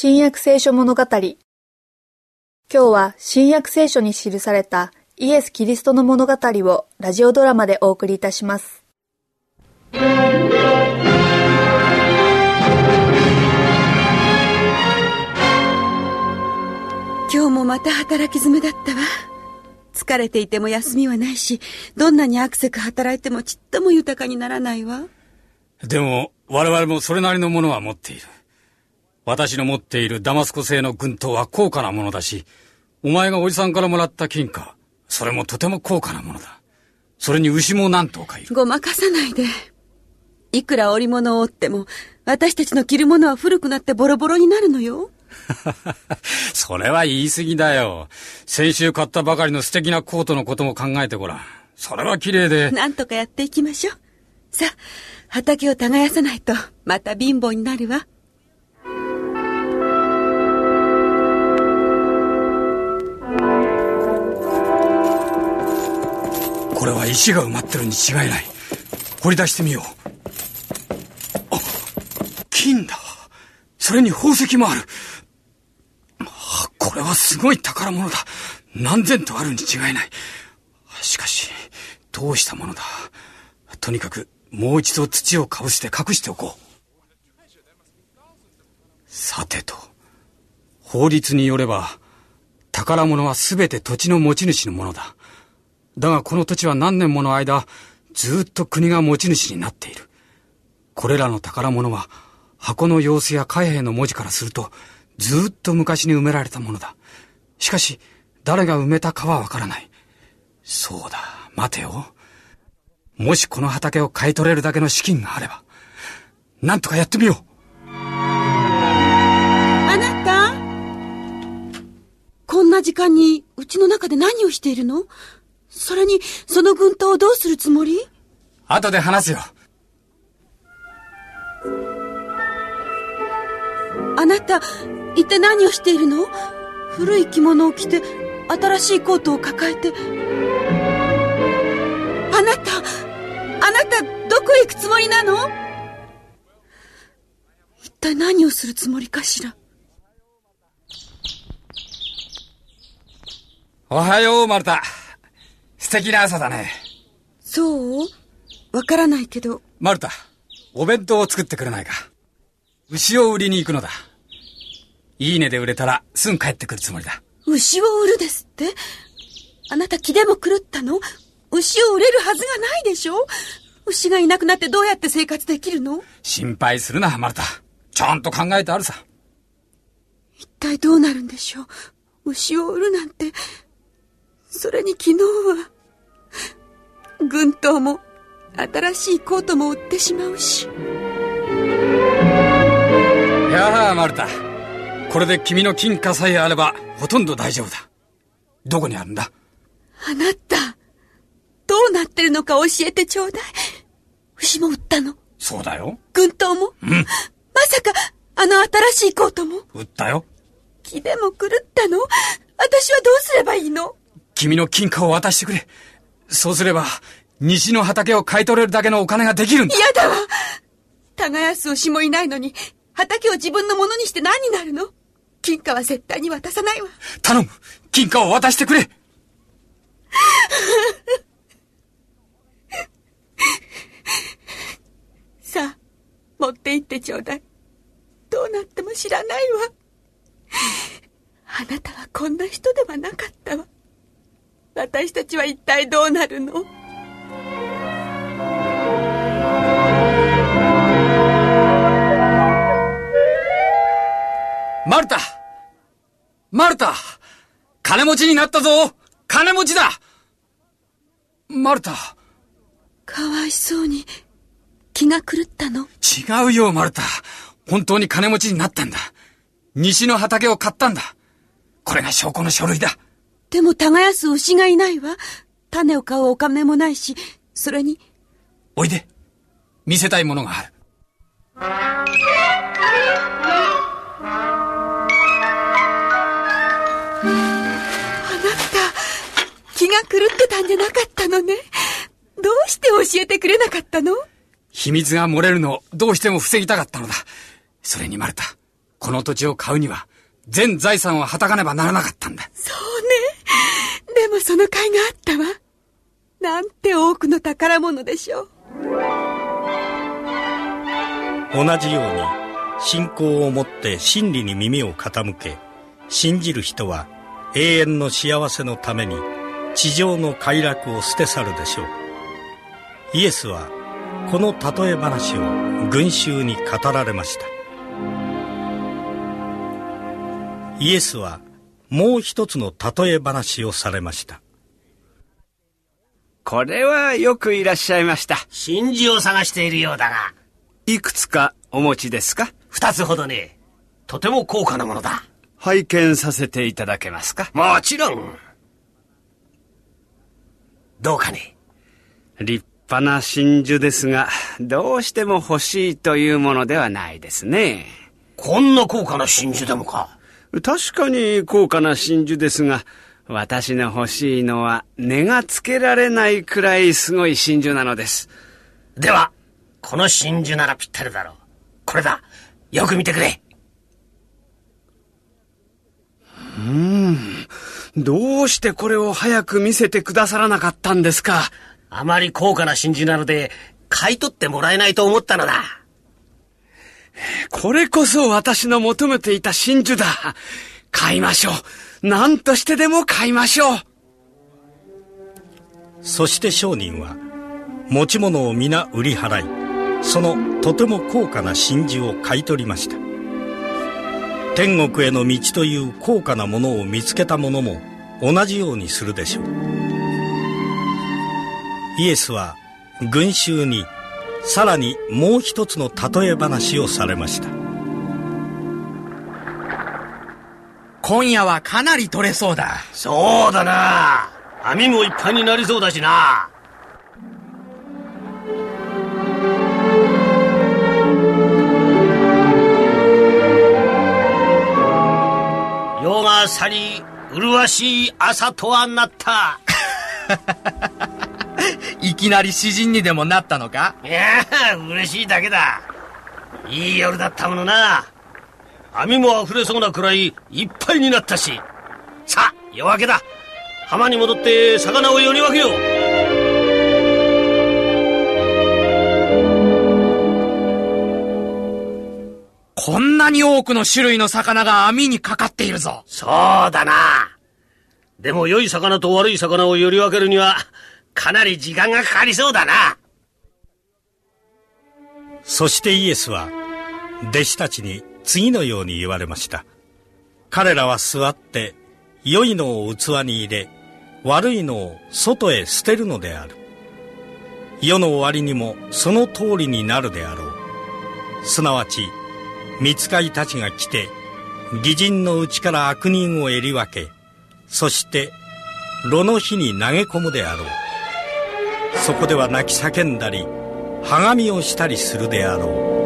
新約聖書物語。今日は新約聖書に記されたイエス・キリストの物語をラジオドラマでお送りいたします。 今日もまた働き詰めだったわ。疲れていても休みはないし、どんなにあくせく働いてもちっとも豊かにならないわ。 でも我々もそれなりのものは持っている。私の持っているダマスコ製の軍刀は高価なものだし、お前がおじさんからもらった金貨、それもとても高価なものだ。それに牛も何頭かいる。 ごまかさないで。いくら織物を織っても、私たちの着るものは古くなってボロボロになるのよ。 それは言い過ぎだよ。先週買ったばかりの素敵なコートのことも考えてごらん。それは綺麗で。 なんとかやっていきましょう。さあ、畑を耕さないとまた貧乏になるわ。 これは石が埋まってるに違いない。掘り出してみよう。あ、金だ。それに宝石もある。これはすごい宝物だ。何千とあるに違いない。しかしどうしたものだ。とにかくもう一度土をかぶせて隠しておこう。さてと、法律によれば宝物はすべて土地の持ち主のものだ。だがこの土地は何年もの間ずっと国が持ち主になっている。これらの宝物は箱の様子や貨幣の文字からするとずっと昔に埋められたものだ。しかし誰が埋めたかはわからない。そうだ、待てよ。もしこの畑を買い取れるだけの資金があれば、なんとかやってみよう。 あなた、こんな時間にうちの中で何をしているの？それにその軍刀をどうするつもり？ 後で話すよ。 あなた、一体何をしているの？古い着物を着て新しいコートを抱えて。あなたどこへ行くつもりなの？一体何をするつもりかしら。 おはよう、マルタ。素敵な朝だね。 そう？わからないけど。 マルタ、お弁当を作ってくれないか。牛を売りに行くのだ。いい値で売れたらすぐ帰ってくるつもりだ。 牛を売るですって？あなた気でも狂ったの？牛を売れるはずがないでしょ。牛がいなくなってどうやって生活できるの？ 心配するな、マルタ。ちゃんと考えてあるさ。 一体どうなるんでしょう。牛を売るなんて。それに昨日は軍刀も新しいコートも売ってしまうし。 いやあ、マルタ、これで君の金貨さえあればほとんど大丈夫だ。どこにあるんだ？ あなた、どうなってるのか教えてちょうだい。牛も売ったの？ そうだよ。 軍刀も？ うん。 まさかあの新しいコートも？ 売ったよ。 気でも狂ったの？私はどうすればいいの？ 君の金貨を渡してくれ。そうすれば西の畑を買い取れるだけのお金ができるんだ。 嫌だわ。耕す牛もいないのに畑を自分のものにして何になるの？金貨は絶対に渡さないわ。 頼む、金貨を渡してくれ。 さあ、持って行ってちょうだい。どうなっても知らないわ。あなたはこんな人ではなかったわ。私たちは一体どうなるの？ マルタ、マルタ、金持ちになったぞ。金持ちだ。マルタ。 かわいそうに。気が狂ったの？ 違うよ、マルタ。本当に金持ちになったんだ。西の畑を買ったんだ。これが証拠の書類だ。 でも耕す牛がいないわ。種を買うお金もないし、それに。 おいで、見せたいものがある。 気が狂ってたんじゃなかったのね。どうして教えてくれなかったの？ 秘密が漏れるのをどうしても防ぎたかったのだ。それにマルタ、 この土地を買うには全財産をはたかねばならなかったんだ。 そうね。でもその甲斐があったわ。なんて多くの宝物でしょう。 同じように信仰をもって真理に耳を傾け、信じる人は永遠の幸せのために地上の快楽を捨て去るでしょう。イエスはこの例え話を群衆に語られました。イエスはもう一つの例え話をされました。 これはよくいらっしゃいました。 真珠を探しているようだが。 いくつかお持ちですか ？2つほどね。とても高価なものだ。 拝見させていただけますか？ もちろん。どうかね。 立派な真珠ですが、どうしても欲しいというものではないですね。 こんな高価な真珠でもか？ 確かに高価な真珠ですが、私の欲しいのは値がつけられないくらいすごい真珠なのです。 では、この真珠ならぴったりだろう。これだ。よく見てくれ。 どうしてこれを早く見せてくださらなかったんですか？ あまり高価な真珠なので、買い取ってもらえないと思ったのだ。 これこそ私の求めていた真珠だ。買いましょう。何としてでも買いましょう。 そして商人は持ち物を皆売り払い、そのとても高価な真珠を買い取りました。天国への道という高価なものを見つけた者も同じようにするでしょう。イエスは群衆にさらにもう一つの例え話をされました。 今夜はかなり取れそうだ。 そうだな。網もいっぱいになりそうだしな。夜が去り麗しい朝とはなった。 いきなり詩人にでもなったのか？ いや嬉しいだけだ。いい夜だったものな。網も溢れそうなくらいいっぱいになったし。さあ夜明けだ。浜に戻って魚をより分けよう。 こんなに多くの種類の魚が網にかかっているぞ。 そうだな。でも良い魚と悪い魚をより分けるにはかなり時間がかかりそうだな。 そしてイエスは弟子たちに次のように言われました。彼らは座って良いのを器に入れ、悪いのを外へ捨てるのである。世の終わりにもその通りになるであろう。すなわち御使いたちが来て義人のうちから悪人をえり分け、そして炉の火に投げ込むであろう。そこでは泣き叫んだりはがみをしたりするであろう。